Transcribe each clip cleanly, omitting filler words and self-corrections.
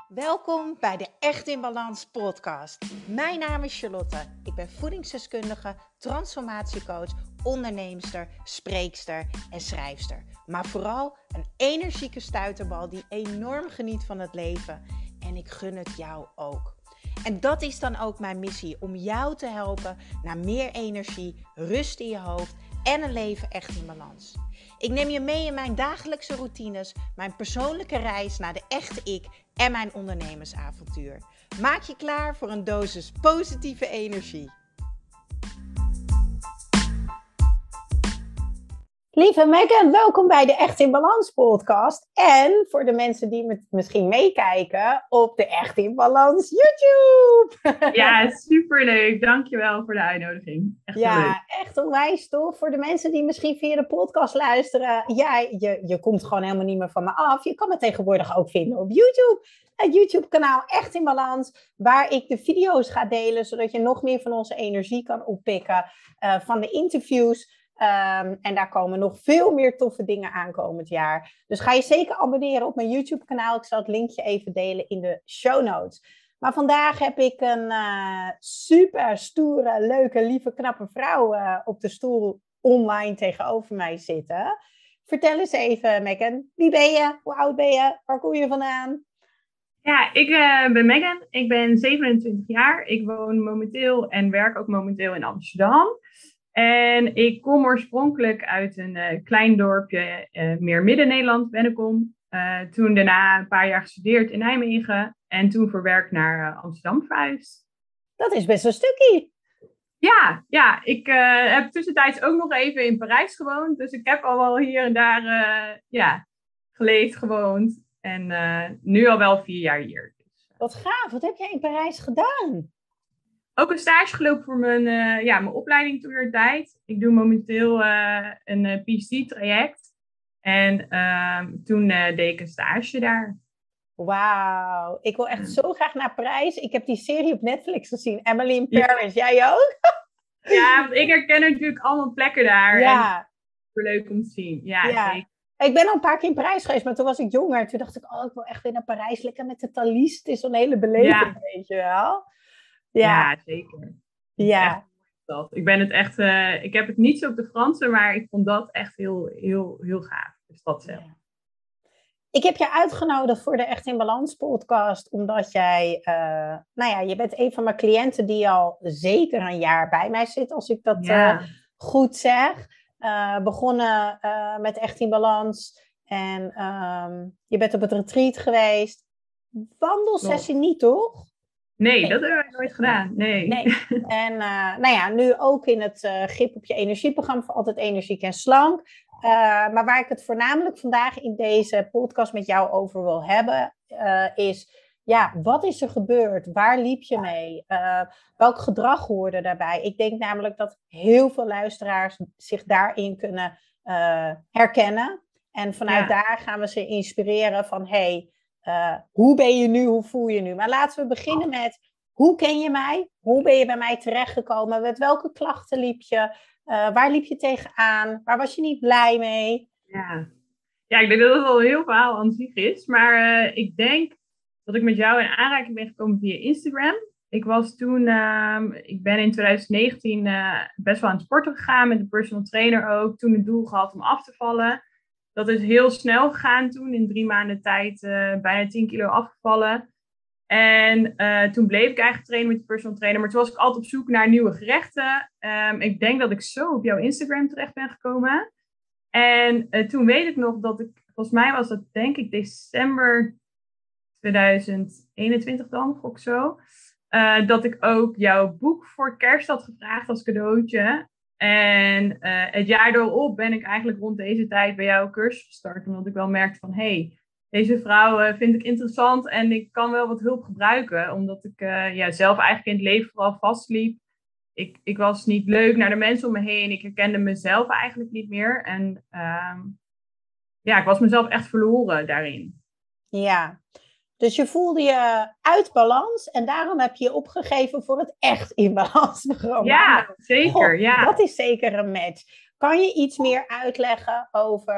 Welkom bij de Echt in Balans podcast. Mijn naam is Charlotte. Ik ben voedingsdeskundige, transformatiecoach, onderneemster, spreekster en schrijfster. Maar vooral een energieke stuiterbal die enorm geniet van het leven. En ik gun het jou ook. En dat is dan ook mijn missie, om jou te helpen naar meer energie, rust in je hoofd en een leven echt in balans. Ik neem je mee in mijn dagelijkse routines, mijn persoonlijke reis naar de echte ik en mijn ondernemersavontuur. Maak je klaar voor een dosis positieve energie. Lieve Megan, welkom bij de Echt in Balans podcast. En voor de mensen die misschien meekijken op de Echt in Balans YouTube. Ja, superleuk. Dankjewel voor de uitnodiging. Echt heel leuk. Echt onwijs tof. Voor de mensen die misschien via de podcast luisteren. Ja, je komt gewoon helemaal niet meer van me af. Je kan me tegenwoordig ook vinden op YouTube. Het YouTube-kanaal Echt in Balans. Waar ik de video's ga delen. Zodat je nog meer van onze energie kan oppikken. Van de interviews. En daar komen nog veel meer toffe dingen aankomend jaar. Dus ga je zeker abonneren op mijn YouTube-kanaal. Ik zal het linkje even delen in de show notes. Maar vandaag heb ik een super stoere, leuke, lieve, knappe vrouw op de stoel online tegenover mij zitten. Vertel eens even, Megan. Wie ben je? Hoe oud ben je? Waar kom je vandaan? Ja, ik ben Megan. Ik ben 27 jaar. Ik woon momenteel en werk ook momenteel in Amsterdam. En ik kom oorspronkelijk uit een klein dorpje, meer midden-Nederland, Bennekom. Toen daarna een paar jaar gestudeerd in Nijmegen. En toen voor werk naar Amsterdam verhuisd. Dat is best een stukje. Ja, ik heb tussentijds ook nog even in Parijs gewoond. Dus ik heb al wel hier en daar geleefd, gewoond. En nu al wel 4 jaar hier. Dus, Wat gaaf. Wat heb jij in Parijs gedaan? ook een stage gelopen voor mijn opleiding toentertijd. Ik doe momenteel een PhD-traject. En toen deed ik een stage daar. Wauw. Ik wil echt zo graag naar Parijs. Ik heb die serie op Netflix gezien. Emily in Paris. Ja. Jij ook? Ja, want ik herken natuurlijk allemaal plekken daar. Ja. En super leuk om te zien. Ja. Zeker. Ik ben al een paar keer in Parijs geweest, maar toen was ik jonger. Toen dacht ik, ik wil echt weer naar Parijs. Lekker met de Thalys. Het is zo'n hele beleving, weet je wel. Ja, zeker. Ja. Ik ben het echt, ik heb het niet zo op de Franse, maar ik vond dat echt heel, heel, heel gaaf. De stad zelf. Ja. Ik heb je uitgenodigd voor de Echt in Balans podcast, omdat jij, je bent een van mijn cliënten die al zeker een jaar bij mij zit, als ik dat goed zeg. Begonnen met Echt in Balans en je bent op het retreat geweest. Wandelsessie niet, toch? Nee, dat hebben wij nooit gedaan. Nee. En nu ook in het Grip op je energieprogramma voor altijd energiek en slank. Maar waar ik het voornamelijk vandaag in deze podcast met jou over wil hebben, is, wat is er gebeurd? Waar liep je mee? Welk gedrag hoorde daarbij? Ik denk namelijk dat heel veel luisteraars zich daarin kunnen herkennen. En vanuit daar gaan we ze inspireren van, hoe ben je nu? Hoe voel je nu? Maar laten we beginnen met, hoe ken je mij? Hoe ben je bij mij terechtgekomen? Met welke klachten liep je? Waar liep je tegenaan? Waar was je niet blij mee? Ja, ik denk dat het al een heel verhaal aan zich is. Maar ik denk dat ik met jou in aanraking ben gekomen via Instagram. Ik ben in 2019 best wel aan het sporten gegaan met een personal trainer ook. Toen het doel gehad om af te vallen. Dat is heel snel gegaan toen. In 3 maanden tijd bijna 10 kilo afgevallen. En toen bleef ik eigenlijk trainen met de personal trainer. Maar toen was ik altijd op zoek naar nieuwe gerechten. Ik denk dat ik zo op jouw Instagram terecht ben gekomen. En toen weet ik nog dat volgens mij was dat denk ik december 2021 dan, gok zo. Dat ik ook jouw boek voor kerst had gevraagd als cadeautje. En het jaar doorop ben ik eigenlijk rond deze tijd bij jouw cursus gestart. Omdat ik wel merkte van, deze vrouw vind ik interessant en ik kan wel wat hulp gebruiken. Omdat ik zelf eigenlijk in het leven vooral vastliep. Ik was niet leuk naar de mensen om me heen. Ik herkende mezelf eigenlijk niet meer. En ik was mezelf echt verloren daarin. Ja, dus je voelde je uit balans en daarom heb je je opgegeven voor het Echt in Balans programma. Ja, zeker. Dat is zeker een match. Kan je iets meer uitleggen over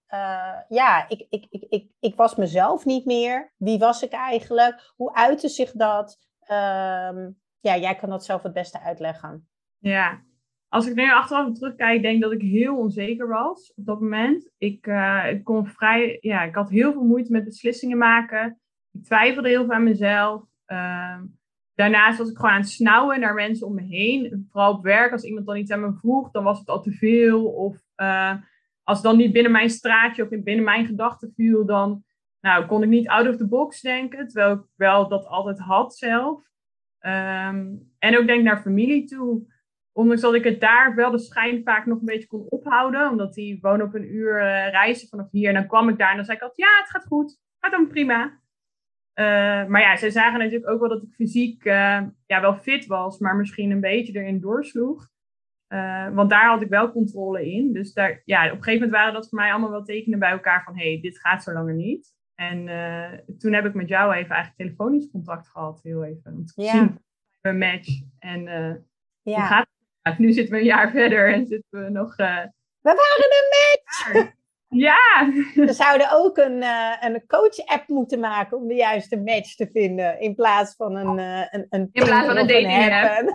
ik was mezelf niet meer. Wie was ik eigenlijk? Hoe uitte zich dat? Jij kan dat zelf het beste uitleggen. Ja, als ik nu achteraf terugkijk, denk ik dat ik heel onzeker was op dat moment. Ik had heel veel moeite met beslissingen maken. Ik twijfelde heel veel aan mezelf. Daarnaast was ik gewoon aan het snauwen naar mensen om me heen. Vooral op werk, als iemand dan iets aan me vroeg, dan was het al te veel. Of als het dan niet binnen mijn straatje of binnen mijn gedachten viel, dan kon ik niet out of the box denken. Terwijl ik wel dat altijd had zelf. En ook denk naar familie toe. Ondanks dat ik het daar wel de schijn vaak nog een beetje kon ophouden. Omdat die wonen op een uur reizen vanaf hier. En dan kwam ik daar en dan zei ik altijd, ja, het gaat goed. Gaat dan prima. Maar ja, zij zagen natuurlijk ook wel dat ik fysiek wel fit was. Maar misschien een beetje erin doorsloeg. Want daar had ik wel controle in. Dus daar, op een gegeven moment waren dat voor mij allemaal wel tekenen bij elkaar van, hey, dit gaat zo langer niet. En toen heb ik met jou even eigenlijk telefonisch contact gehad. Heel even. Om te zien, een match. En hoe gaat het? Nu zitten we een jaar verder en zitten we nog... We waren een match! Ja! We zouden ook een coach-app moeten maken om de juiste match te vinden. In plaats van een dating-app.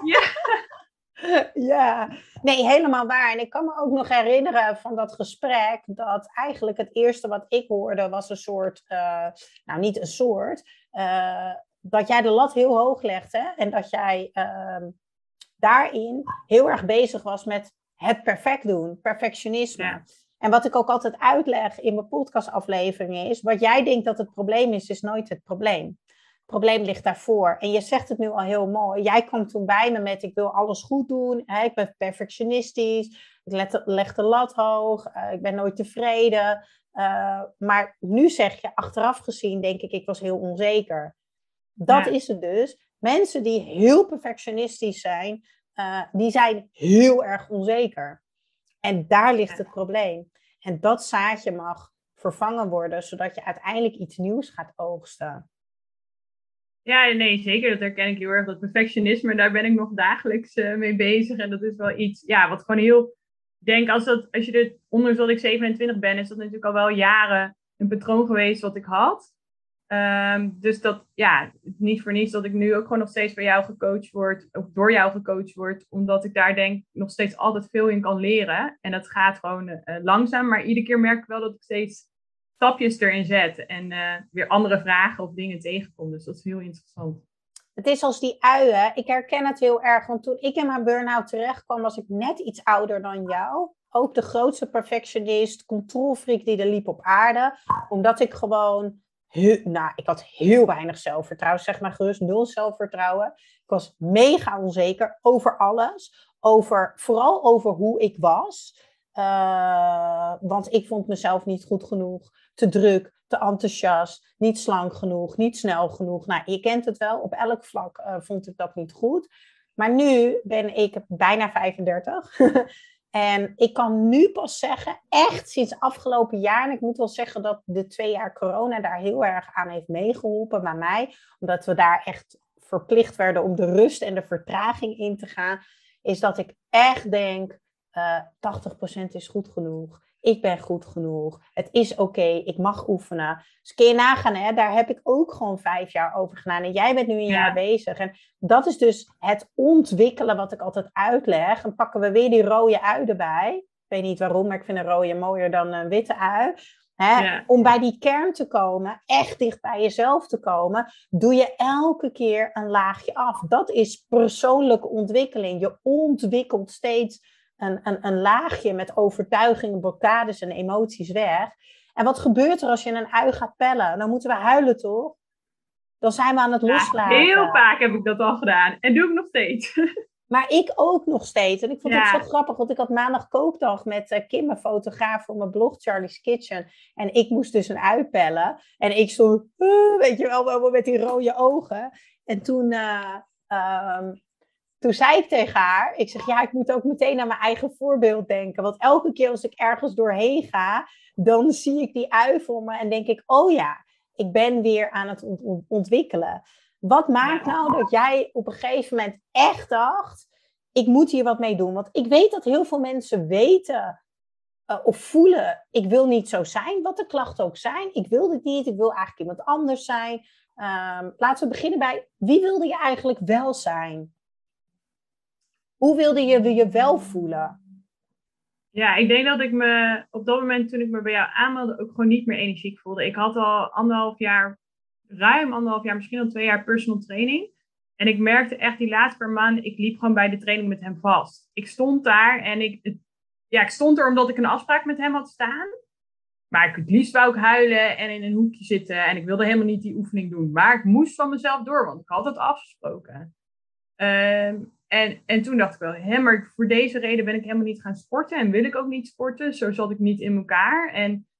Ja, nee, helemaal waar. En ik kan me ook nog herinneren van dat gesprek dat eigenlijk het eerste wat ik hoorde was een soort, niet een soort, dat jij de lat heel hoog legde en dat jij daarin heel erg bezig was met het perfect doen, perfectionisme. Ja. En wat ik ook altijd uitleg in mijn podcastafleveringen is, wat jij denkt dat het probleem is nooit het probleem. Het probleem ligt daarvoor. En je zegt het nu al heel mooi. Jij kwam toen bij me met, ik wil alles goed doen. Hè, ik ben perfectionistisch. Ik leg de lat hoog. Ik ben nooit tevreden. Maar nu zeg je, achteraf gezien, denk ik was heel onzeker. Dat is het dus. Mensen die heel perfectionistisch zijn, die zijn heel erg onzeker. En daar ligt het probleem. En dat zaadje mag vervangen worden, zodat je uiteindelijk iets nieuws gaat oogsten. Ja, nee, zeker. Dat herken ik heel erg. Dat perfectionisme, daar ben ik nog dagelijks mee bezig. En dat is wel iets, wat gewoon heel... Ik denk, ondanks dat ik 27 ben, is dat natuurlijk al wel jaren een patroon geweest wat ik had. Dus dat, niet voor niets dat ik nu ook gewoon nog steeds bij jou gecoacht word, of door jou gecoacht word, omdat ik daar denk nog steeds altijd veel in kan leren. En dat gaat gewoon langzaam, maar iedere keer merk ik wel dat ik steeds stapjes erin zet en weer andere vragen of dingen tegenkom. Dus dat is heel interessant. Het is als die uien. Ik herken het heel erg, want toen ik in mijn burn-out terecht kwam, was ik net iets ouder dan jou. Ook de grootste perfectionist, controlfreak die er liep op aarde. Omdat ik gewoon... ik had heel weinig zelfvertrouwen, zeg maar gerust 0 zelfvertrouwen. Ik was mega onzeker over alles. Vooral over hoe ik was. Want ik vond mezelf niet goed genoeg, te druk, te enthousiast, niet slank genoeg, niet snel genoeg. Nou, je kent het wel, op elk vlak vond ik dat niet goed. Maar nu ben ik bijna 35. En ik kan nu pas zeggen, echt sinds afgelopen jaar, en ik moet wel zeggen dat de 2 jaar corona daar heel erg aan heeft meegeholpen bij mij, omdat we daar echt verplicht werden om de rust en de vertraging in te gaan, is dat ik echt denk, 80% is goed genoeg. Ik ben goed genoeg. Het is oké. Ik mag oefenen. Dus kun je nagaan, hè? Daar heb ik ook gewoon 5 jaar over gedaan. En jij bent nu een jaar bezig. En dat is dus het ontwikkelen wat ik altijd uitleg. Dan pakken we weer die rode ui erbij. Ik weet niet waarom, maar ik vind een rode mooier dan een witte ui. Om bij die kern te komen, echt dicht bij jezelf te komen, doe je elke keer een laagje af. Dat is persoonlijke ontwikkeling. Je ontwikkelt steeds een laagje met overtuigingen, blokkades en emoties weg. En wat gebeurt er als je een ui gaat pellen? Dan moeten we huilen, toch? Dan zijn we aan het loslaten. Heel vaak heb ik dat al gedaan. En doe ik nog steeds. Maar ik ook nog steeds. En ik vond het zo grappig, want ik had maandag kookdag met Kim, mijn fotograaf, voor mijn blog Charlie's Kitchen. En ik moest dus een ui pellen. En ik stond, weet je wel, met die rode ogen. En toen zei ik tegen haar, ik zeg, ik moet ook meteen aan mijn eigen voorbeeld denken. Want elke keer als ik ergens doorheen ga, dan zie ik die ui voor me en denk ik, oh ja, ik ben weer aan het ontwikkelen. Wat maakt nou dat jij op een gegeven moment echt dacht, ik moet hier wat mee doen? Want ik weet dat heel veel mensen weten of voelen, ik wil niet zo zijn, wat de klachten ook zijn. Ik wil dit niet, ik wil eigenlijk iemand anders zijn. Laten we beginnen bij, wie wilde je eigenlijk wel zijn? Hoe wilde je je wel voelen? Ja, ik denk dat ik me op dat moment toen ik me bij jou aanmeldde ook gewoon niet meer energiek voelde. Ik had al ruim 1,5 jaar, misschien al 2 jaar personal training. En ik merkte echt die laatste paar maanden, ik liep gewoon bij de training met hem vast. Ik stond daar en ik stond er omdat ik een afspraak met hem had staan. Maar het liefst wou ik huilen en in een hoekje zitten. En ik wilde helemaal niet die oefening doen. Maar ik moest van mezelf door, want ik had het afgesproken. En toen dacht ik wel, maar voor deze reden ben ik helemaal niet gaan sporten. En wil ik ook niet sporten. Zo zat ik niet in elkaar.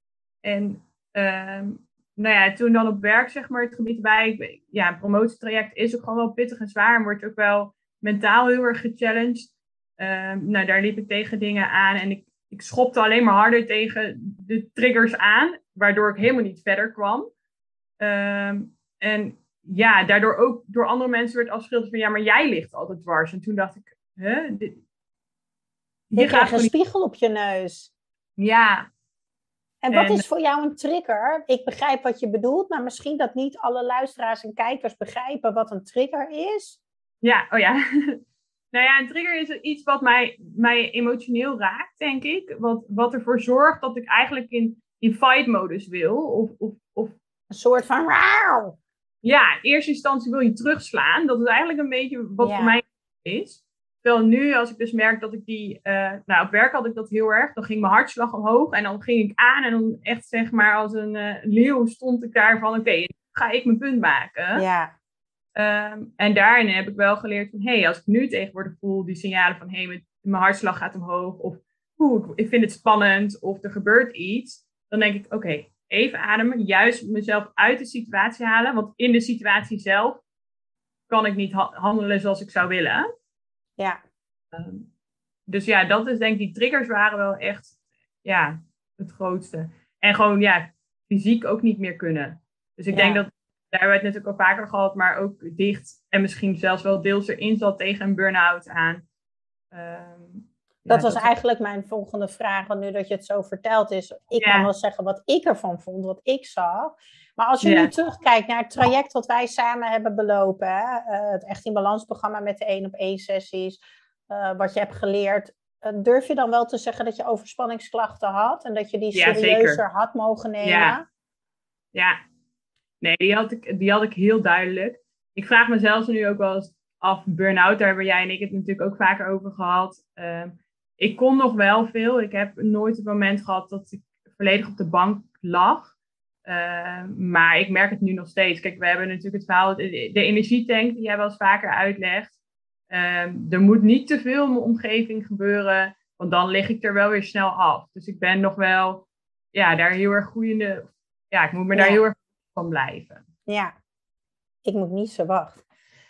Toen dan op werk, zeg maar, het gebied erbij. Een promotietraject is ook gewoon wel pittig en zwaar. En wordt ook wel mentaal heel erg gechallenged. Daar liep ik tegen dingen aan. En ik schopte alleen maar harder tegen de triggers aan. Waardoor ik helemaal niet verder kwam. Daardoor ook door andere mensen werd afgeschilderd van... ja, maar jij ligt altijd dwars. En toen dacht ik... Je krijgt een spiegel op je neus. Ja. En wat is voor jou een trigger? Ik begrijp wat je bedoelt, maar misschien dat niet alle luisteraars en kijkers begrijpen wat een trigger is. Ja, nou ja, een trigger is iets wat mij emotioneel raakt, denk ik. Wat ervoor zorgt dat ik eigenlijk in fight-modus wil. Of een soort van... Rauw. Ja, in eerste instantie wil je terugslaan. Dat is eigenlijk een beetje wat voor mij is. Terwijl nu, als ik dus merk dat ik op werk had ik dat heel erg. Dan ging mijn hartslag omhoog en dan ging ik aan. En dan echt, zeg maar, als een leeuw stond ik daar van... oké, ga ik mijn punt maken. Ja. En daarin heb ik wel geleerd van... als ik nu tegenwoordig voel die signalen van... mijn hartslag gaat omhoog. Of ik vind het spannend. Of er gebeurt iets. Dan denk ik, oké, even ademen. Juist mezelf uit de situatie halen. Want in de situatie zelf... kan ik niet handelen zoals ik zou willen. Ja. Dus ja, dat is denk ik... die triggers waren wel echt... het grootste. En gewoon, fysiek ook niet meer kunnen. Dus ik denk dat... daar hebben we het natuurlijk al vaker gehad, maar ook dicht en misschien zelfs wel deels erin zat tegen een burn-out aan. Dat was eigenlijk mijn volgende vraag, want nu dat je het zo verteld is. Ik kan wel zeggen wat ik ervan vond, wat ik zag. Maar als je nu terugkijkt naar het traject wat wij samen hebben belopen, het Echt in Balans programma met de 1-op-1 sessies, wat je hebt geleerd, durf je dan wel te zeggen dat je overspanningsklachten had en dat je die serieuzer had mogen nemen? Ja. Nee, die had ik heel duidelijk. Ik vraag mezelf nu ook wel eens af, burn-out, daar hebben jij en ik het natuurlijk ook vaker over gehad. Ik kon nog wel veel. Ik heb nooit het moment gehad dat ik volledig op de bank lag. Maar ik merk het nu nog steeds. Kijk, we hebben natuurlijk het verhaal, de energietank die jij wel eens vaker uitlegt. Er moet niet te veel in mijn omgeving gebeuren, want dan lig ik er wel weer snel af. Dus ik ben nog wel daar heel erg groeiende. Ja, ik moet me daar heel erg van blijven. Ja, ik moet niet zo wachten.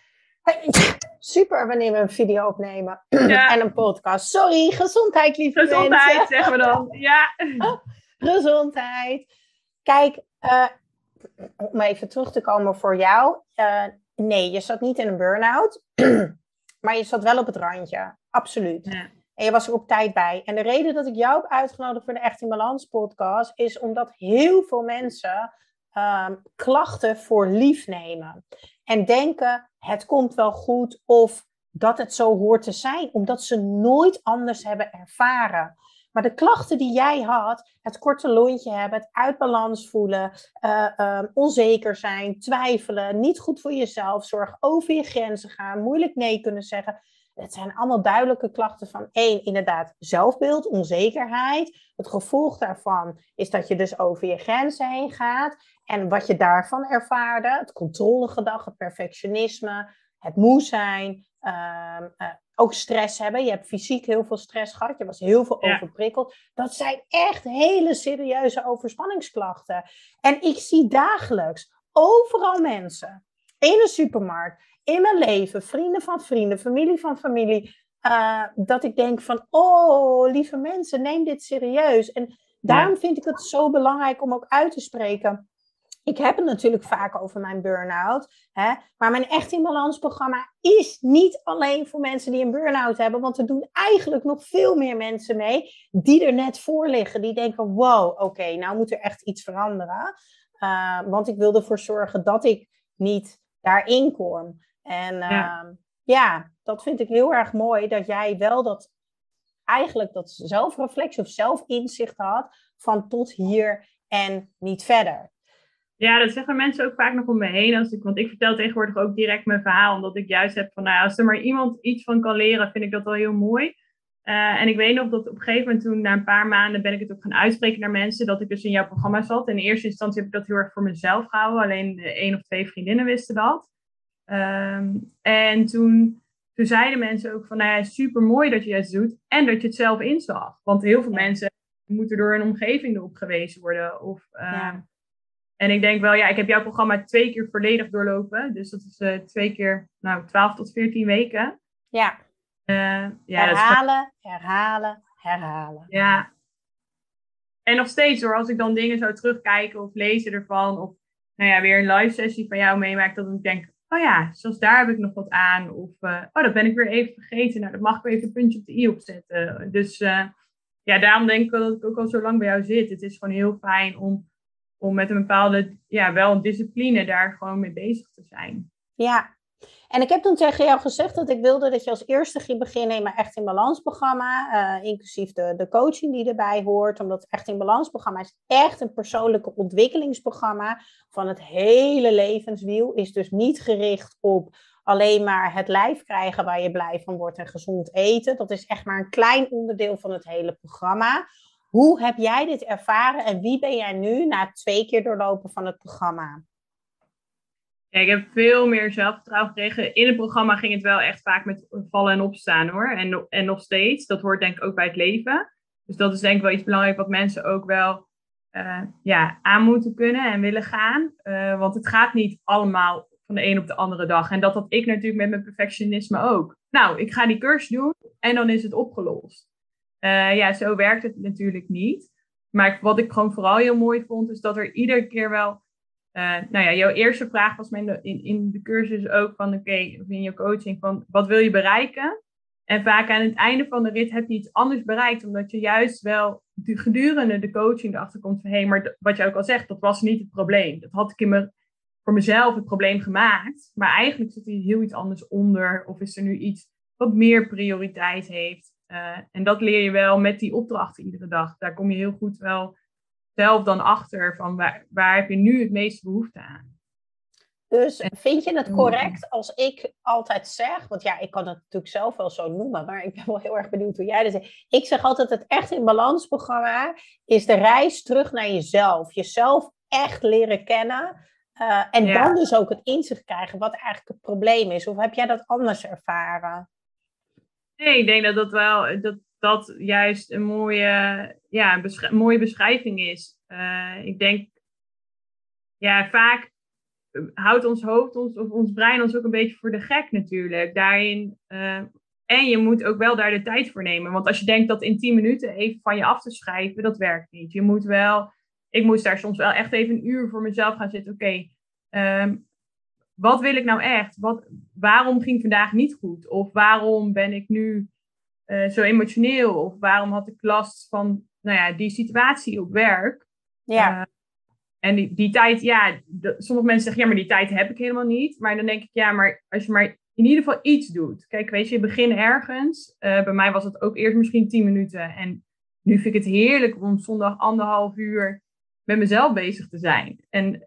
Super wanneer we een video opnemen en een podcast. Sorry, gezondheid lieve mensen. Gezondheid zeggen we dan, ja. Gezondheid. Kijk, om even terug te komen voor jou. Nee, je zat niet in een burn-out. Maar je zat wel op het randje. Absoluut. Ja. En je was er op tijd bij. En de reden dat ik jou heb uitgenodigd voor de Echt in Balans podcast is omdat heel veel mensen klachten voor lief nemen. En denken, het komt wel goed of dat het zo hoort te zijn. Omdat ze nooit anders hebben ervaren. Maar de klachten die jij had, het korte lontje hebben, het uit balans voelen, onzeker zijn, twijfelen, niet goed voor jezelf zorgen, over je grenzen gaan, moeilijk nee kunnen zeggen. Het zijn allemaal duidelijke klachten van inderdaad, zelfbeeld, onzekerheid. Het gevolg daarvan is dat je dus over je grenzen heen gaat. En wat je daarvan ervaarde, het controlegedrag, het perfectionisme, het moe zijn, ook stress hebben. Je hebt fysiek heel veel stress gehad, je was heel veel overprikkeld. Dat zijn echt hele serieuze overspanningsklachten. En ik zie dagelijks overal mensen in een supermarkt, in mijn leven, vrienden van vrienden, familie van familie, dat ik denk van, lieve mensen, neem dit serieus. En daarom vind ik het zo belangrijk om ook uit te spreken. Ik heb het natuurlijk vaak over mijn burn-out. Hè? Maar mijn Echt in Balans programma is niet alleen voor mensen die een burn-out hebben. Want er doen eigenlijk nog veel meer mensen mee die er net voor liggen. Die denken, wow, oké, nou moet er echt iets veranderen. Want ik wil ervoor zorgen dat ik niet daarin kom. En dat vind ik heel erg mooi. Dat jij wel dat zelfreflectie of zelfinzicht had. Van tot hier en niet verder. Ja, dat zeggen mensen ook vaak nog om me heen. Want ik vertel tegenwoordig ook direct mijn verhaal. Omdat ik juist heb van, als er maar iemand iets van kan leren, vind ik dat wel heel mooi. En ik weet nog dat op een gegeven moment toen, na een paar maanden, ben ik het ook gaan uitspreken naar mensen. Dat ik dus in jouw programma zat. In eerste instantie heb ik dat heel erg voor mezelf gehouden. Alleen 1 of 2 vriendinnen wisten dat. En toen zeiden mensen ook van, super mooi dat je het doet. En dat je het zelf inzag. Want heel veel mensen moeten door hun omgeving erop gewezen worden. En ik denk wel, ik heb jouw programma 2 keer volledig doorlopen. Dus dat is 2 keer, 12 tot 14 weken. Ja. Herhalen. Ja. En nog steeds hoor, als ik dan dingen zou terugkijken of lezen ervan. Of weer een live sessie van jou meemaak. Dat ik denk, zelfs daar heb ik nog wat aan. Of, dat ben ik weer even vergeten. Nou, dat mag ik weer even een puntje op de i opzetten. Dus daarom denk ik wel dat ik ook al zo lang bij jou zit. Het is gewoon heel fijn om met een bepaalde, wel een discipline daar gewoon mee bezig te zijn. Ja, en ik heb toen tegen jou gezegd dat ik wilde dat je als eerste ging beginnen in mijn Echt in Balans programma. Inclusief de coaching die erbij hoort. Omdat Echt in Balans programma is echt een persoonlijke ontwikkelingsprogramma van het hele levenswiel. Is dus niet gericht op alleen maar het lijf krijgen waar je blij van wordt en gezond eten. Dat is echt maar een klein onderdeel van het hele programma. Hoe heb jij dit ervaren en wie ben jij nu na 2 keer doorlopen van het programma? Ja, ik heb veel meer zelfvertrouwen gekregen. In het programma ging het wel echt vaak met vallen en opstaan hoor. En nog steeds. Dat hoort denk ik ook bij het leven. Dus dat is denk ik wel iets belangrijk wat mensen ook wel aan moeten kunnen en willen gaan. Want het gaat niet allemaal van de een op de andere dag. En dat had ik natuurlijk met mijn perfectionisme ook. Nou, ik ga die cursus doen en dan is het opgelost. Zo werkt het natuurlijk niet. Maar wat ik gewoon vooral heel mooi vond, is dat er iedere keer wel... jouw eerste vraag was in de cursus ook van, of in je coaching, van wat wil je bereiken? En vaak aan het einde van de rit heb je iets anders bereikt, omdat je juist wel gedurende de coaching erachter komt van, maar wat je ook al zegt, dat was niet het probleem. Dat had ik voor mezelf het probleem gemaakt, maar eigenlijk zit er heel iets anders onder, of is er nu iets wat meer prioriteit heeft. En dat leer je wel met die opdrachten iedere dag. Daar kom je heel goed wel zelf dan achter van waar heb je nu het meeste behoefte aan. Dus vind je het correct als ik altijd zeg, want ik kan het natuurlijk zelf wel zo noemen, maar ik ben wel heel erg benieuwd hoe jij dat zegt. Ik zeg altijd, het Echt in Balans programma is de reis terug naar jezelf. Jezelf echt leren kennen en dan dus ook het inzicht krijgen wat eigenlijk het probleem is. Of heb jij dat anders ervaren? Nee, ik denk dat juist een mooie beschrijving is. Ik denk, vaak houdt ons hoofd ons brein ons ook een beetje voor de gek natuurlijk. Daarin, en je moet ook wel daar de tijd voor nemen. Want als je denkt dat in 10 minuten even van je af te schrijven, dat werkt niet. Ik moest daar soms wel echt even 1 uur voor mezelf gaan zitten. Wat wil ik nou echt? Waarom ging vandaag niet goed? Of waarom ben ik nu zo emotioneel? Of waarom had ik last van die situatie op werk? Ja. En die tijd, sommige mensen zeggen, maar die tijd heb ik helemaal niet. Maar dan denk ik, maar als je maar in ieder geval iets doet. Kijk, weet je begin ergens. Bij mij was het ook eerst misschien 10 minuten. En nu vind ik het heerlijk om zondag 1,5 uur met mezelf bezig te zijn.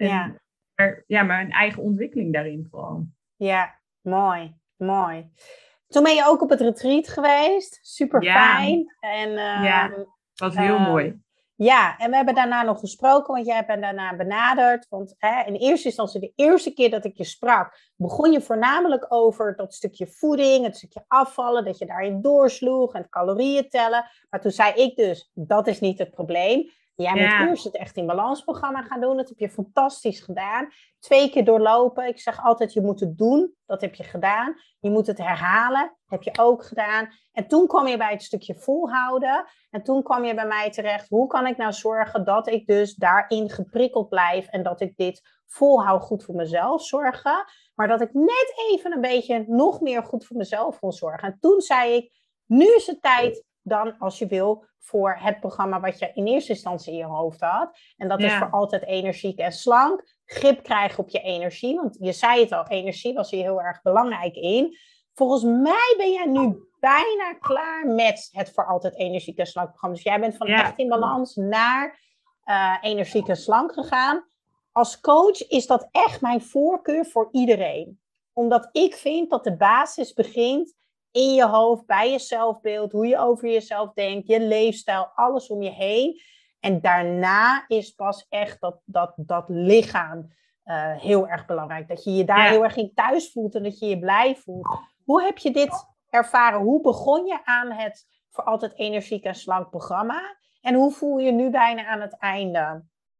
Maar mijn eigen ontwikkeling daarin vooral. Ja, mooi. Toen ben je ook op het retreat geweest. Super fijn. Het was heel mooi. Ja, en we hebben daarna nog gesproken, want jij bent daarna benaderd. Want in eerste instantie, de eerste keer dat ik je sprak, begon je voornamelijk over dat stukje voeding, het stukje afvallen, dat je daarin doorsloeg en calorieën tellen. Maar toen zei ik dus, dat is niet het probleem. Jij moet eerst het Echt in Balans programma gaan doen. Dat heb je fantastisch gedaan. 2 keer doorlopen. Ik zeg altijd, je moet het doen. Dat heb je gedaan. Je moet het herhalen. Heb je ook gedaan. En toen kwam je bij het stukje volhouden. En toen kwam je bij mij terecht. Hoe kan ik nou zorgen dat ik dus daarin geprikkeld blijf. En dat ik dit volhoud, goed voor mezelf zorgen. Maar dat ik net even een beetje nog meer goed voor mezelf kon zorgen. En toen zei ik, nu is het tijd dan, als je wil, voor het programma wat je in eerste instantie in je hoofd had. En dat is voor altijd energiek en slank. Grip krijgen op je energie. Want je zei het al, energie was hier heel erg belangrijk in. Volgens mij ben jij nu bijna klaar met het voor altijd energiek en slank programma. Dus jij bent van Echt in Balans naar energiek en slank gegaan. Als coach is dat echt mijn voorkeur voor iedereen. Omdat ik vind dat de basis begint in je hoofd, bij je zelfbeeld, hoe je over jezelf denkt, je leefstijl, alles om je heen. En daarna is pas echt dat lichaam heel erg belangrijk. Dat je je daar heel erg in thuis voelt en dat je je blij voelt. Hoe heb je dit ervaren? Hoe begon je aan het voor altijd energiek en slank programma? En hoe voel je nu bijna aan het einde?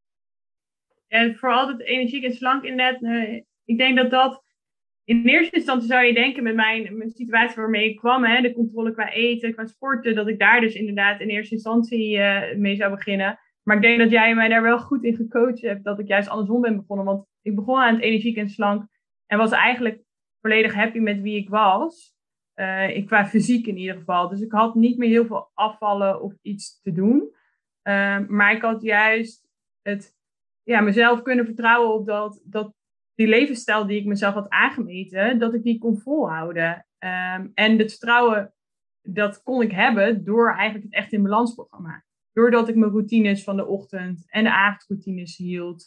En voor altijd energiek en slank inderdaad. Ik denk dat in eerste instantie zou je denken met mijn situatie waarmee ik kwam, de controle qua eten, qua sporten, dat ik daar dus inderdaad in eerste instantie mee zou beginnen. Maar ik denk dat jij mij daar wel goed in gecoacht hebt, dat ik juist andersom ben begonnen. Want ik begon aan het energiek en slank en was eigenlijk volledig happy met wie ik was. Qua fysiek in ieder geval. Dus ik had niet meer heel veel afvallen of iets te doen. Maar ik had juist mezelf kunnen vertrouwen op dat die levensstijl die ik mezelf had aangemeten, dat ik die kon volhouden. En het vertrouwen, dat kon ik hebben door eigenlijk het Echt in Balans programma. Doordat ik mijn routines van de ochtend en de avondroutines hield.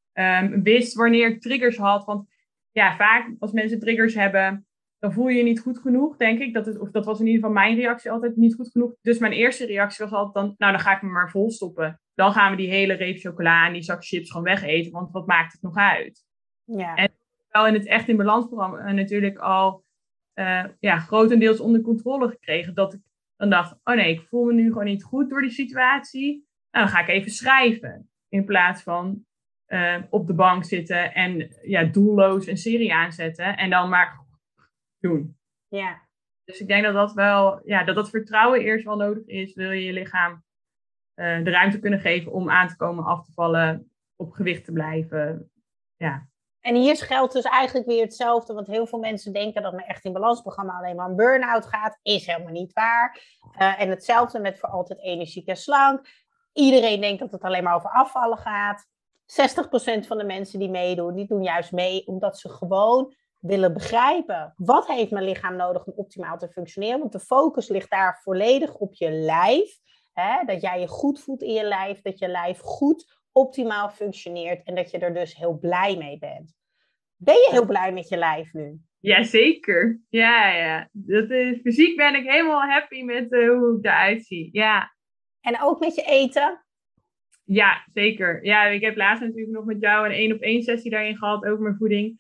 Wist wanneer ik triggers had. Want vaak als mensen triggers hebben, dan voel je je niet goed genoeg, denk ik. Dat was in ieder geval mijn reactie altijd niet goed genoeg. Dus mijn eerste reactie was altijd dan ga ik me maar volstoppen. Dan gaan we die hele reep chocola en die zak chips gewoon wegeten. Want wat maakt het nog uit? Ja. En wel in het Echt in Balans programma natuurlijk al grotendeels onder controle gekregen. Dat ik dan dacht, oh nee, ik voel me nu gewoon niet goed door die situatie. Nou, dan ga ik even schrijven. In plaats van op de bank zitten en doelloos een serie aanzetten. En dan maar doen. Ja. Dus ik denk dat wel, dat vertrouwen eerst wel nodig is. Wil je je lichaam de ruimte kunnen geven om aan te komen, af te vallen, op gewicht te blijven. Ja. En hier geldt dus eigenlijk weer hetzelfde, want heel veel mensen denken dat mijn Echt in Balans programma alleen maar een burn-out gaat. Is helemaal niet waar. En hetzelfde met voor altijd energiek en slank. Iedereen denkt dat het alleen maar over afvallen gaat. 60% van de mensen die meedoen, die doen juist mee omdat ze gewoon willen begrijpen. Wat heeft mijn lichaam nodig om optimaal te functioneren? Want de focus ligt daar volledig op je lijf. Dat jij je goed voelt in je lijf, dat je lijf goed optimaal functioneert en dat je er dus heel blij mee bent. Ben je heel blij met je lijf nu? Jazeker. Ja. Fysiek ben ik helemaal happy met hoe ik eruit zie. Ja. En ook met je eten? Ja, zeker. Ja, ik heb laatst natuurlijk nog met jou een 1-op-1 sessie daarin gehad over mijn voeding.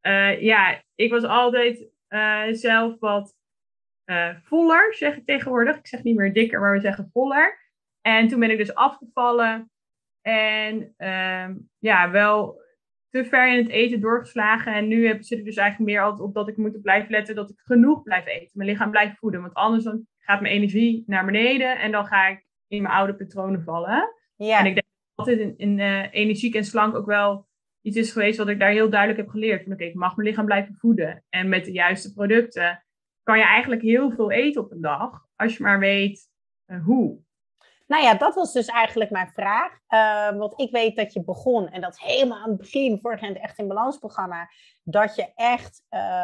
Ik was altijd zelf wat voller, zeg ik tegenwoordig. Ik zeg niet meer dikker, maar we zeggen voller. En toen ben ik dus afgevallen. En wel te ver in het eten doorgeslagen. En nu zit ik dus eigenlijk meer altijd op dat ik moet blijven letten dat ik genoeg blijf eten. Mijn lichaam blijft voeden. Want anders dan gaat mijn energie naar beneden. En dan ga ik in mijn oude patronen vallen. Ja. En ik denk dat altijd in energiek en slank ook wel iets is geweest wat ik daar heel duidelijk heb geleerd. Van ik mag mijn lichaam blijven voeden. En met de juiste producten kan je eigenlijk heel veel eten op een dag. Als je maar weet hoe. Nou ja, dat was dus eigenlijk mijn vraag. Want ik weet dat je begon, en dat is helemaal aan het begin, vorig jaar het Echt in Balans programma, dat je echt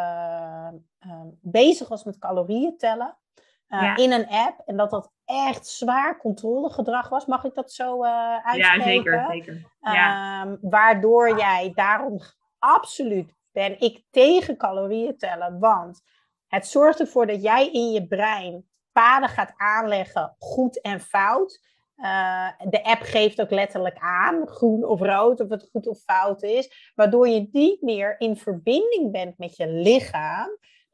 bezig was met calorieën tellen in een app. En dat echt zwaar controlegedrag was. Mag ik dat zo uitspreken? Ja, zeker. Ja. Waardoor jij daarom absoluut ben ik tegen calorieën tellen. Want het zorgt ervoor dat jij in je brein paden gaat aanleggen, goed en fout. De app geeft ook letterlijk aan, groen of rood, of het goed of fout is. Waardoor je niet meer in verbinding bent met je lichaam.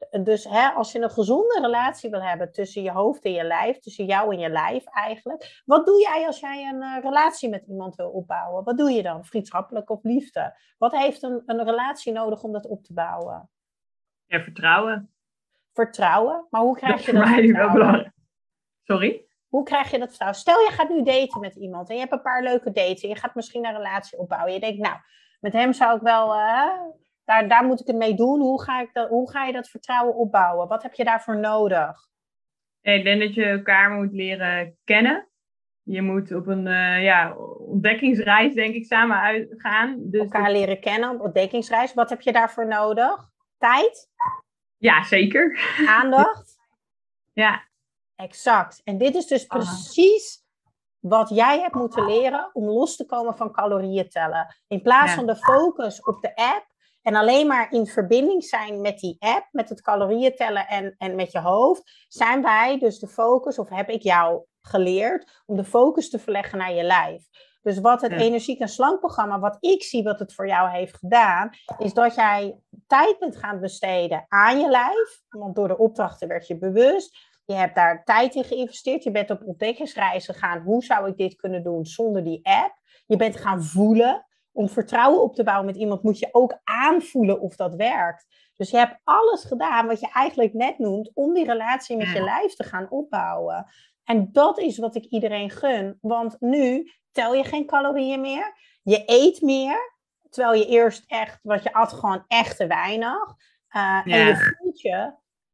Dus als je een gezonde relatie wil hebben tussen je hoofd en je lijf, tussen jou en je lijf eigenlijk. Wat doe jij als jij een relatie met iemand wil opbouwen? Wat doe je dan? Vriendschappelijk of liefde? Wat heeft een relatie nodig om dat op te bouwen? Ja, vertrouwen. Vertrouwen? Maar hoe Dat krijg is je voor dat mij wel vertrouwen? belangrijk. Sorry? Hoe krijg je dat vertrouwen? Stel, je gaat nu daten met iemand en je hebt een paar leuke dates en je gaat misschien een relatie opbouwen. Je denkt, nou, met hem zou ik wel, daar moet ik het mee doen. Hoe ga je dat vertrouwen opbouwen? Wat heb je daarvoor nodig? Ja, ik denk dat je elkaar moet leren kennen. Je moet op een ontdekkingsreis, denk ik, samen uitgaan. Dus Elkaar leren kennen op ontdekkingsreis. Wat heb je daarvoor nodig? Tijd? Ja, zeker. Aandacht? Ja. Exact. En dit is dus precies wat jij hebt moeten leren om los te komen van calorieën tellen. In plaats van de focus op de app en alleen maar in verbinding zijn met die app, met het calorieën tellen en met je hoofd, zijn wij dus de focus, of heb ik jou geleerd, om de focus te verleggen naar je lijf. Dus wat het energiek en slankprogramma, wat ik zie wat het voor jou heeft gedaan, is dat jij tijd bent gaan besteden aan je lijf. Want door de opdrachten werd je bewust. Je hebt daar tijd in geïnvesteerd. Je bent op ontdekkingsreis gegaan. Hoe zou ik dit kunnen doen zonder die app? Je bent gaan voelen. Om vertrouwen op te bouwen met iemand moet je ook aanvoelen of dat werkt. Dus je hebt alles gedaan wat je eigenlijk net noemt om die relatie met je lijf te gaan opbouwen. En dat is wat ik iedereen gun. Want nu tel je geen calorieën meer. Je eet meer. Terwijl je eerst echt, wat je at, gewoon echt te weinig. En je voelt je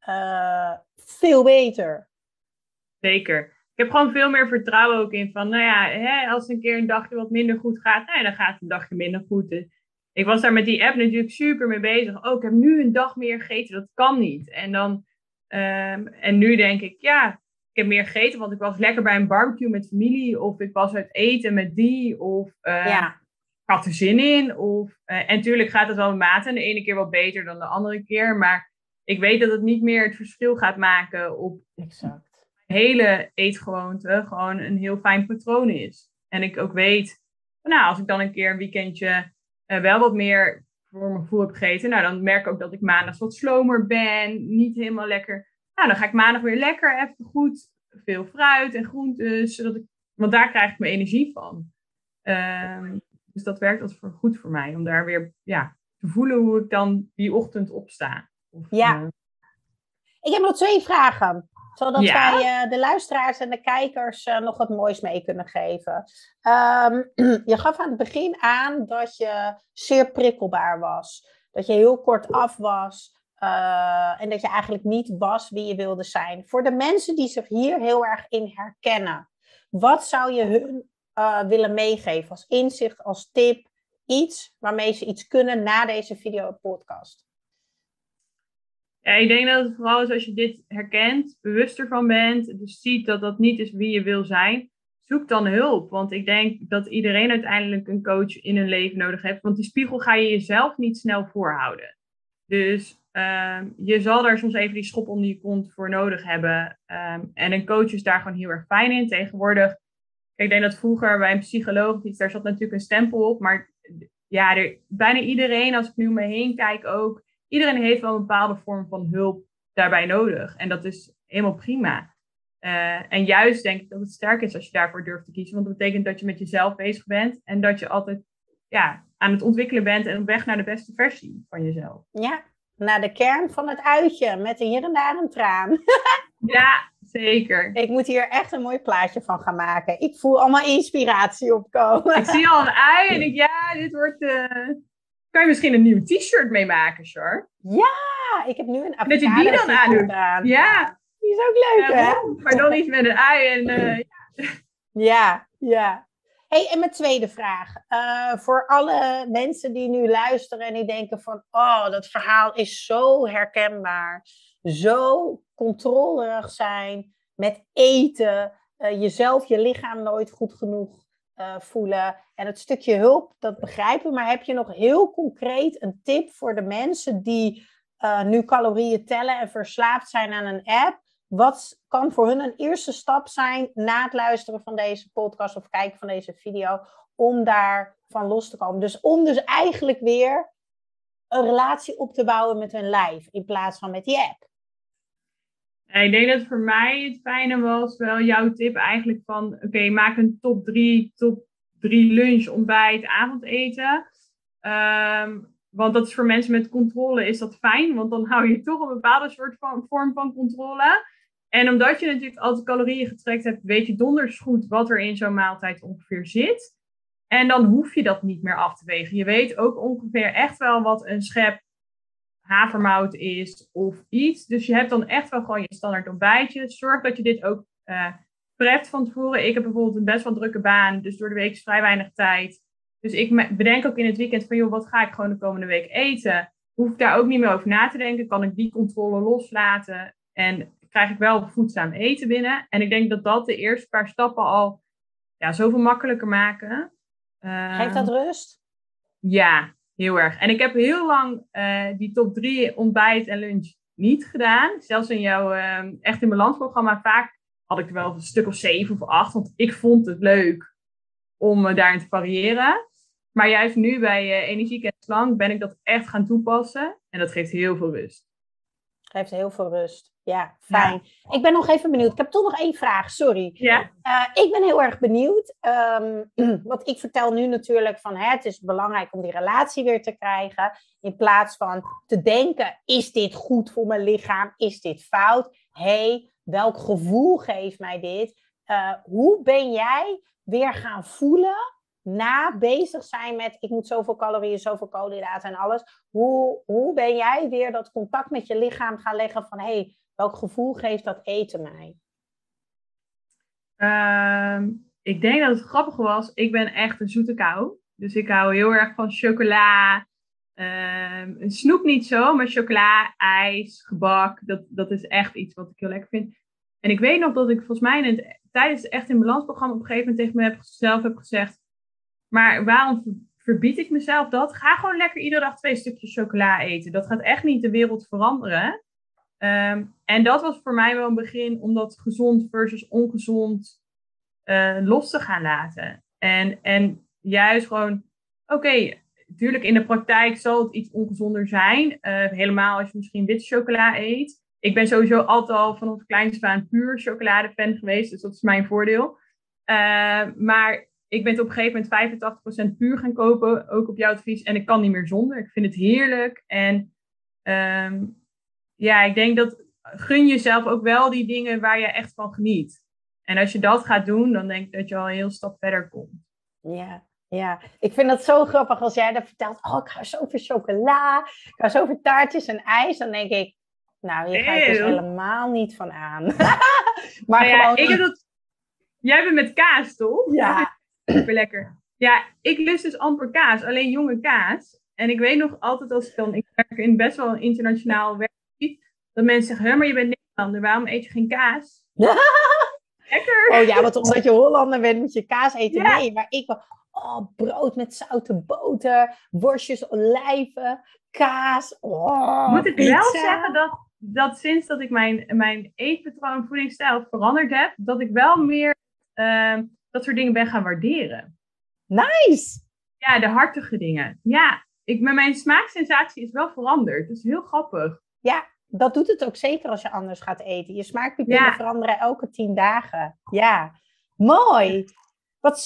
veel beter. Zeker. Ik heb gewoon veel meer vertrouwen ook in van, als een keer een dagje wat minder goed gaat, dan gaat het een dagje minder goed. Ik was daar met die app natuurlijk super mee bezig. Oh, ik heb nu een dag meer gegeten, dat kan niet. En nu denk ik, ik heb meer gegeten, want ik was lekker bij een barbecue met familie, of ik was uit eten met die, of ik had er zin in. En natuurlijk gaat het wel met mate, en de ene keer wat beter dan de andere keer, maar ik weet dat het niet meer het verschil gaat maken op hele eetgewoonte, gewoon een heel fijn patroon is. En ik ook weet, als ik dan een keer een weekendje wel wat meer voor mijn gevoel heb gegeten, dan merk ik ook dat ik maandags wat slomer ben, niet helemaal lekker. Dan ga ik maandag weer lekker even goed, veel fruit en groentes, want daar krijg ik mijn energie van. Dus dat werkt altijd goed voor mij, om daar weer te voelen hoe ik dan die ochtend opsta. Ik heb nog 2 vragen. Zodat wij de luisteraars en de kijkers nog wat moois mee kunnen geven. Je gaf aan het begin aan dat je zeer prikkelbaar was. Dat je heel kort af was. En dat je eigenlijk niet was wie je wilde zijn. Voor de mensen die zich hier heel erg in herkennen. Wat zou je hun willen meegeven als inzicht, als tip? Iets waarmee ze iets kunnen na deze video en podcast. Ja, ik denk dat het vooral is als je dit herkent, bewust ervan bent, dus ziet dat dat niet is wie je wil zijn, zoek dan hulp. Want ik denk dat iedereen uiteindelijk een coach in hun leven nodig heeft, want die spiegel ga je jezelf niet snel voorhouden. Dus je zal daar soms even die schop onder je kont voor nodig hebben. En een coach is daar gewoon heel erg fijn in. Tegenwoordig, ik denk dat vroeger bij een psycholoog, daar zat natuurlijk een stempel op, maar bijna iedereen, als ik nu om me heen kijk ook, iedereen heeft wel een bepaalde vorm van hulp daarbij nodig. En dat is helemaal prima. En juist denk ik dat het sterk is als je daarvoor durft te kiezen. Want dat betekent dat je met jezelf bezig bent. En dat je altijd aan het ontwikkelen bent en op weg naar de beste versie van jezelf. Ja, naar de kern van het uitje. Met hier en daar een traan. Ja, zeker. Ik moet hier echt een mooi plaatje van gaan maken. Ik voel allemaal inspiratie opkomen. Ik zie al een ui en ik dit wordt... Kan je misschien een nieuw t-shirt mee maken, Char? Ja, ik heb nu een avocado. Dat je die dan aandoet. Ja. Die is ook leuk, hè? Maar dan iets met een ui en... Ja. Hey, en mijn tweede vraag. Voor alle mensen die nu luisteren en die denken van... Oh, dat verhaal is zo herkenbaar. Zo controlerig zijn met eten. Jezelf, je lichaam nooit goed genoeg voelen. En het stukje hulp, dat begrijpen we. Maar heb je nog heel concreet een tip voor de mensen die nu calorieën tellen en verslaafd zijn aan een app? Wat kan voor hun een eerste stap zijn na het luisteren van deze podcast of kijken van deze video om daarvan los te komen? Dus om dus eigenlijk weer een relatie op te bouwen met hun lijf in plaats van met die app? Ik denk dat voor mij het fijne was wel jouw tip eigenlijk van... Oké, maak een top 3 lunch, ontbijt, avondeten. Want dat is voor mensen met controle is dat fijn. Want dan hou je toch een bepaalde soort van vorm van controle. En omdat je natuurlijk altijd calorieën getrekt hebt... weet je donders goed wat er in zo'n maaltijd ongeveer zit. En dan hoef je dat niet meer af te wegen. Je weet ook ongeveer echt wel wat een schep havermout is of iets. Dus je hebt dan echt wel gewoon je standaard ontbijtje. Zorg dat je dit ook prept van tevoren. Ik heb bijvoorbeeld een best wel drukke baan, dus door de week is vrij weinig tijd. Dus ik bedenk ook in het weekend van, joh, wat ga ik gewoon de komende week eten? Hoef ik daar ook niet meer over na te denken? Kan ik die controle loslaten? En krijg ik wel voedzaam eten binnen? En ik denk dat dat de eerste paar stappen al zoveel makkelijker maken. Geeft dat rust? Ja, heel erg. En ik heb heel lang die top 3 ontbijt en lunch niet gedaan. Zelfs in jouw Echt in Balans programma vaak had ik er wel een stuk of 7 of 8. Want ik vond het leuk om daarin te variëren. Maar juist nu bij Energiek en Slank ben ik dat echt gaan toepassen. En dat geeft heel veel rust. Geeft heel veel rust. Ja, fijn. Ja. Ik ben nog even benieuwd. Ik heb toch nog 1 vraag, sorry. Ja? Ik ben heel erg benieuwd. Want ik vertel nu natuurlijk van... het is belangrijk om die relatie weer te krijgen. In plaats van te denken... is dit goed voor mijn lichaam? Is dit fout? Welk gevoel geeft mij dit? Hoe ben jij weer gaan voelen... na bezig zijn met... ik moet zoveel calorieën, zoveel koolhydraten en alles. Hoe ben jij weer dat contact met je lichaam gaan leggen van... welk gevoel geeft dat eten mij? Ik denk dat het grappig was. Ik ben echt een zoete kou. Dus ik hou heel erg van chocola. Een snoep niet zo, maar chocola, ijs, gebak. Dat is echt iets wat ik heel lekker vind. En ik weet nog dat ik volgens mij tijdens het Echt in Balans programma... op een gegeven moment tegen mezelf heb gezegd... maar waarom verbied ik mezelf dat? Ga gewoon lekker iedere dag 2 stukjes chocola eten. Dat gaat echt niet de wereld veranderen. En dat was voor mij wel een begin om dat gezond versus ongezond los te gaan laten. En juist gewoon, oké, natuurlijk in de praktijk zal het iets ongezonder zijn. Helemaal als je misschien witte chocola eet. Ik ben sowieso altijd al vanaf kleins af aan puur chocolade-fan geweest. Dus dat is mijn voordeel. Maar ik ben op een gegeven moment 85% puur gaan kopen. Ook op jouw advies. En ik kan niet meer zonder. Ik vind het heerlijk. En... ik denk dat gun jezelf ook wel die dingen waar je echt van geniet. En als je dat gaat doen, dan denk ik dat je al een heel stap verder komt. Ja. Ik vind dat zo grappig als jij dat vertelt. Oh, ik hou zoveel chocola. Ik hou zoveel taartjes en ijs. Dan denk ik, nou, hier ga ik dus helemaal niet van aan. Maar gewoon... Jij bent met kaas, toch? Ja. Super lekker. Ja, ik lust dus amper kaas. Alleen jonge kaas. En ik weet nog altijd als ik dan... Ik werk in best wel een internationaal werkgebied. Dat mensen zeggen, maar je bent Nederlander. Waarom eet je geen kaas? Lekker. Oh ja, want omdat je Hollander bent moet je kaas eten. Ja. Nee, maar ik... brood met zoute boter. Worstjes, olijven. Kaas. Moet ik wel zeggen dat sinds dat ik mijn eetpatroon, voedingsstijl veranderd heb. Dat ik wel meer dat soort dingen ben gaan waarderen. Nice. Ja, de hartige dingen. Ja, mijn smaaksensatie is wel veranderd. Dat is heel grappig. Ja, dat doet het ook zeker als je anders gaat eten. Je smaakpapillen veranderen elke 10 dagen. Ja, mooi. Wat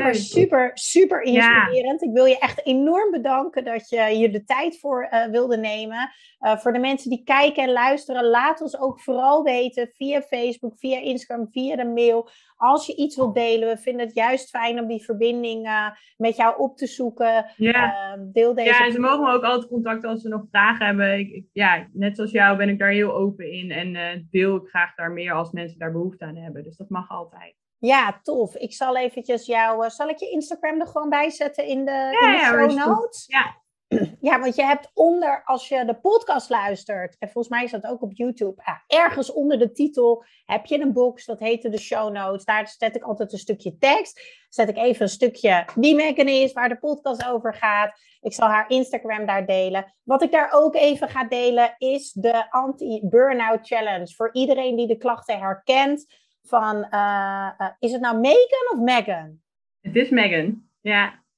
super inspirerend. Ja. Ik wil je echt enorm bedanken dat je hier de tijd voor wilde nemen. Voor de mensen die kijken en luisteren, laat ons ook vooral weten via Facebook, via Instagram, via de mail. Als je iets wilt delen, we vinden het juist fijn om die verbinding met jou op te zoeken. Ja, deel deze. Ja, en ze mogen me ook altijd contacten als ze nog vragen hebben. Net zoals jou ben ik daar heel open in. En deel ik graag daar meer als mensen daar behoefte aan hebben. Dus dat mag altijd. Ja, tof. Ik zal eventjes zal ik je Instagram er gewoon bij zetten in de show notes? Ja. Ja, want je hebt als je de podcast luistert, en volgens mij is dat ook op YouTube, ergens onder de titel heb je een box, dat heette de show notes. Daar zet ik altijd een stukje tekst. Zet ik even een stukje wie Megan is, waar de podcast over gaat. Ik zal haar Instagram daar delen. Wat ik daar ook even ga delen is de anti-burnout challenge. Voor iedereen die de klachten herkent. Van, is het nou Megan of Megan? Het is Megan, ja.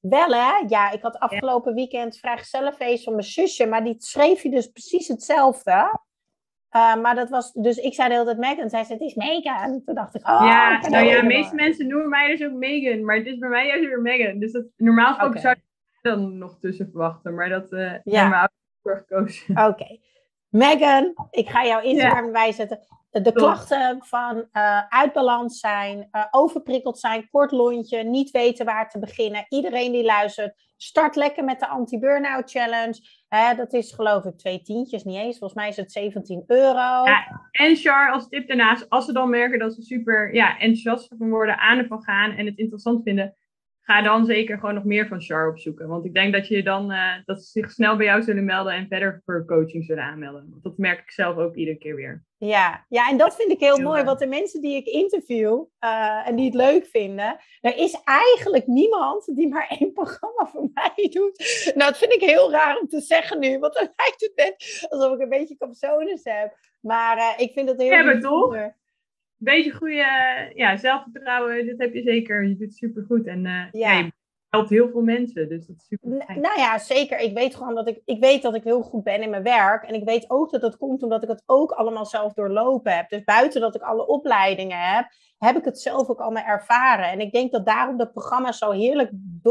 Wel hè? Ja, ik had Ja, afgelopen weekend vrijgezellenfeest van mijn zusje, maar die schreef je dus precies hetzelfde. Maar dat was, dus ik zei de hele tijd Megan, zij zei het is Megan. Toen dacht ik, oh, ik ja, ben nou ja, de helemaal. meeste mensen noemen mij dus ook Megan, maar het is bij mij juist weer Megan. Dus dat, normaal gesproken zou Oké, je er dan nog tussen verwachten, maar dat hebben mijn ja, ouders voor gekozen. oké. Megan, ik ga jouw Ja, Instagram erbij zetten. De top. klachten van uit balans zijn, overprikkeld zijn, kort lontje, niet weten waar te beginnen. Iedereen die luistert, start lekker met de Anti-Burnout Challenge. Dat is geloof ik 2 tientjes, niet eens. Volgens mij is het €17. Ja, en Char als tip daarnaast, als ze dan merken dat ze super enthousiast van worden, aan ervan gaan en het interessant vinden, ga dan zeker gewoon nog meer van Char opzoeken. Want ik denk dat je dan dat ze zich snel bij jou zullen melden en verder voor coaching zullen aanmelden. Want dat merk ik zelf ook iedere keer weer. Ja, ja, en dat vind ik heel Heel mooi, want de mensen die ik interview en die het leuk vinden, er is eigenlijk niemand die maar 1 programma voor mij doet. Nou, dat vind ik heel raar om te zeggen nu, want dan lijkt het net alsof ik een beetje capsones heb. Maar ik vind het heel Hebben toch? bijzonder. Beetje goede zelfvertrouwen, dit heb je zeker. Je doet het supergoed en Ja. je helpt heel veel mensen, dus dat is super fijn. Nou ja, zeker. Ik weet gewoon ik weet dat ik heel goed ben in mijn werk. En ik weet ook dat dat komt omdat ik het ook allemaal zelf doorlopen heb. Dus buiten dat ik alle opleidingen heb, heb ik het zelf ook allemaal ervaren. En ik denk dat daarom de programma's zo heerlijk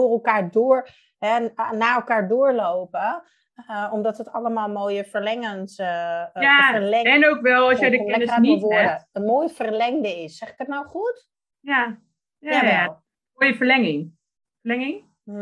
naar elkaar doorlopen. Omdat het allemaal mooie verlengens... Ja, en ook wel als jij de kennis niet hebt. Een mooi verlengde is. Zeg ik het nou goed? Ja, Jawel. mooie verlenging. Verlenging?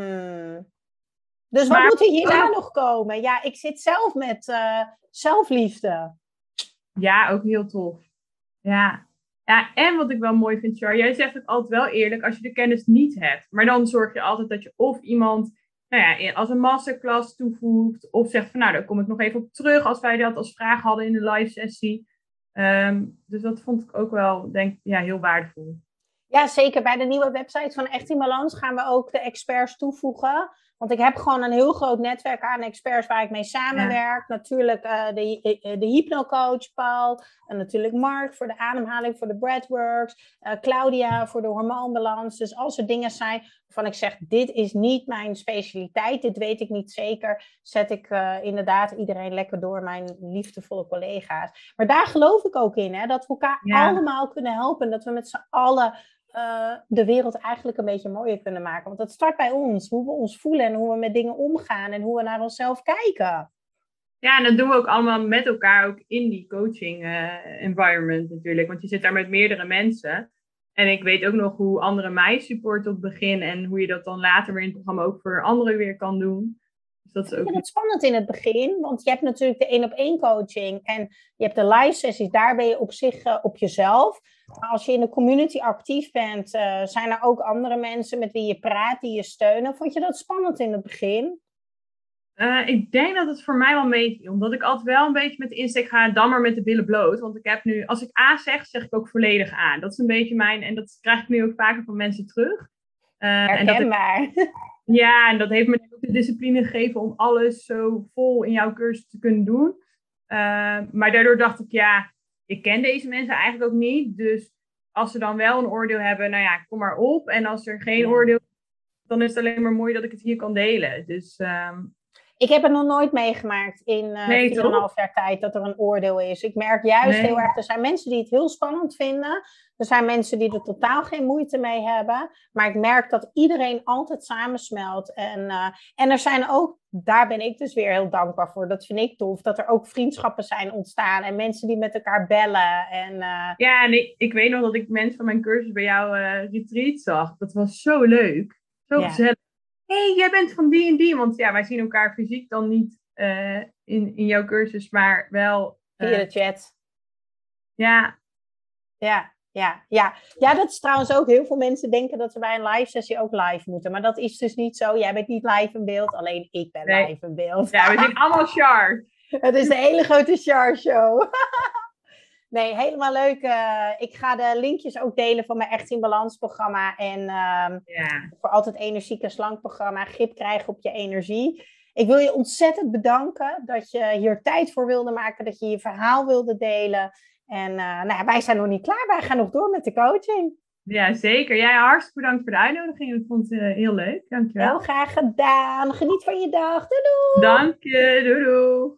Dus wat Maar moet er hierna nog komen? Ja, ik zit zelf met zelfliefde. ja, ook heel tof. Ja. Ja, en wat ik wel mooi vind, Char, jij zegt het altijd wel eerlijk als je de kennis niet hebt. Maar dan zorg je altijd dat je of iemand als een masterclass toevoegt, of zegt van nou, daar kom ik nog even op terug als wij dat als vraag hadden in de live sessie. Dus dat vond ik ook wel, heel waardevol. Ja, zeker. Bij de nieuwe website van Echt in Balans gaan we ook de experts toevoegen. Want ik heb gewoon een heel groot netwerk aan experts waar ik mee samenwerk. Ja. Natuurlijk de hypnocoach Paul. En natuurlijk Mark voor de ademhaling, voor de breathworks. Claudia voor de hormoonbalans. Dus als er dingen zijn waarvan ik zeg, dit is niet mijn specialiteit. Dit weet ik niet zeker. Zet ik inderdaad iedereen lekker door, mijn liefdevolle collega's. Maar daar geloof ik ook in. Hè, dat we elkaar allemaal kunnen helpen. Dat we met z'n allen... de wereld eigenlijk een beetje mooier kunnen maken. Want het start bij ons. Hoe we ons voelen en hoe we met dingen omgaan. En hoe we naar onszelf kijken. Ja, en dat doen we ook allemaal met elkaar. Ook in die coaching environment natuurlijk. Want je zit daar met meerdere mensen. En ik weet ook nog hoe anderen mij supporten op het begin. En hoe je dat dan later weer in het programma ook voor anderen weer kan doen. Dus dat is ook... Ik vind het spannend in het begin. Want je hebt natuurlijk de 1-op-1 coaching. En je hebt de live sessies. Daar ben je op zich op jezelf. Maar als je in de community actief bent, zijn er ook andere mensen met wie je praat, die je steunen. Vond je dat spannend in het begin? Ik denk dat het voor mij wel meeviel. Omdat ik altijd wel een beetje met de insteek ga, dan maar met de billen bloot. Want ik heb nu, als ik A zeg, zeg ik ook volledig A. Dat is een beetje mijn, en dat krijg ik nu ook vaker van mensen terug. Herkenbaar. Ja, en dat heeft me ook de discipline gegeven om alles zo vol in jouw cursus te kunnen doen. Maar daardoor dacht ik, ik ken deze mensen eigenlijk ook niet. Dus als ze dan wel een oordeel hebben, kom maar op. En als er geen oordeel is, dan is het alleen maar mooi dat ik het hier kan delen. Dus... Ik heb het nog nooit meegemaakt in 4,5 jaar tijd dat er een oordeel is. Ik merk juist heel erg, er zijn mensen die het heel spannend vinden. Er zijn mensen die er totaal geen moeite mee hebben. Maar ik merk dat iedereen altijd samensmelt. En er zijn ook, daar ben ik dus weer heel dankbaar voor. Dat vind ik tof, dat er ook vriendschappen zijn ontstaan. En mensen die met elkaar bellen. Ja, en ik weet nog dat ik mensen van mijn cursus bij jou retreat zag. Dat was zo leuk. Zo gezellig. Hey, jij bent van die en die. Want wij zien elkaar fysiek dan niet in jouw cursus, maar wel... via de chat. Ja. Ja, dat is trouwens ook... Heel veel mensen denken dat ze bij een live sessie ook live moeten. Maar dat is dus niet zo. Jij bent niet live in beeld, alleen ik ben live in beeld. Ja, we zien allemaal Char. Het is een hele grote Char show. Nee, helemaal leuk. Ik ga de linkjes ook delen van mijn Echt in Balans programma. En voor Altijd Energiek en Slank programma. Grip krijgen op je energie. Ik wil je ontzettend bedanken dat je hier tijd voor wilde maken. Dat je je verhaal wilde delen. En wij zijn nog niet klaar. Wij gaan nog door met de coaching. Ja, zeker. Jij hartstikke bedankt voor de uitnodiging. Ik vond het heel leuk. Heel Dankjewel. graag gedaan. Geniet van je dag. Doei doei! Dank je. Doei doei.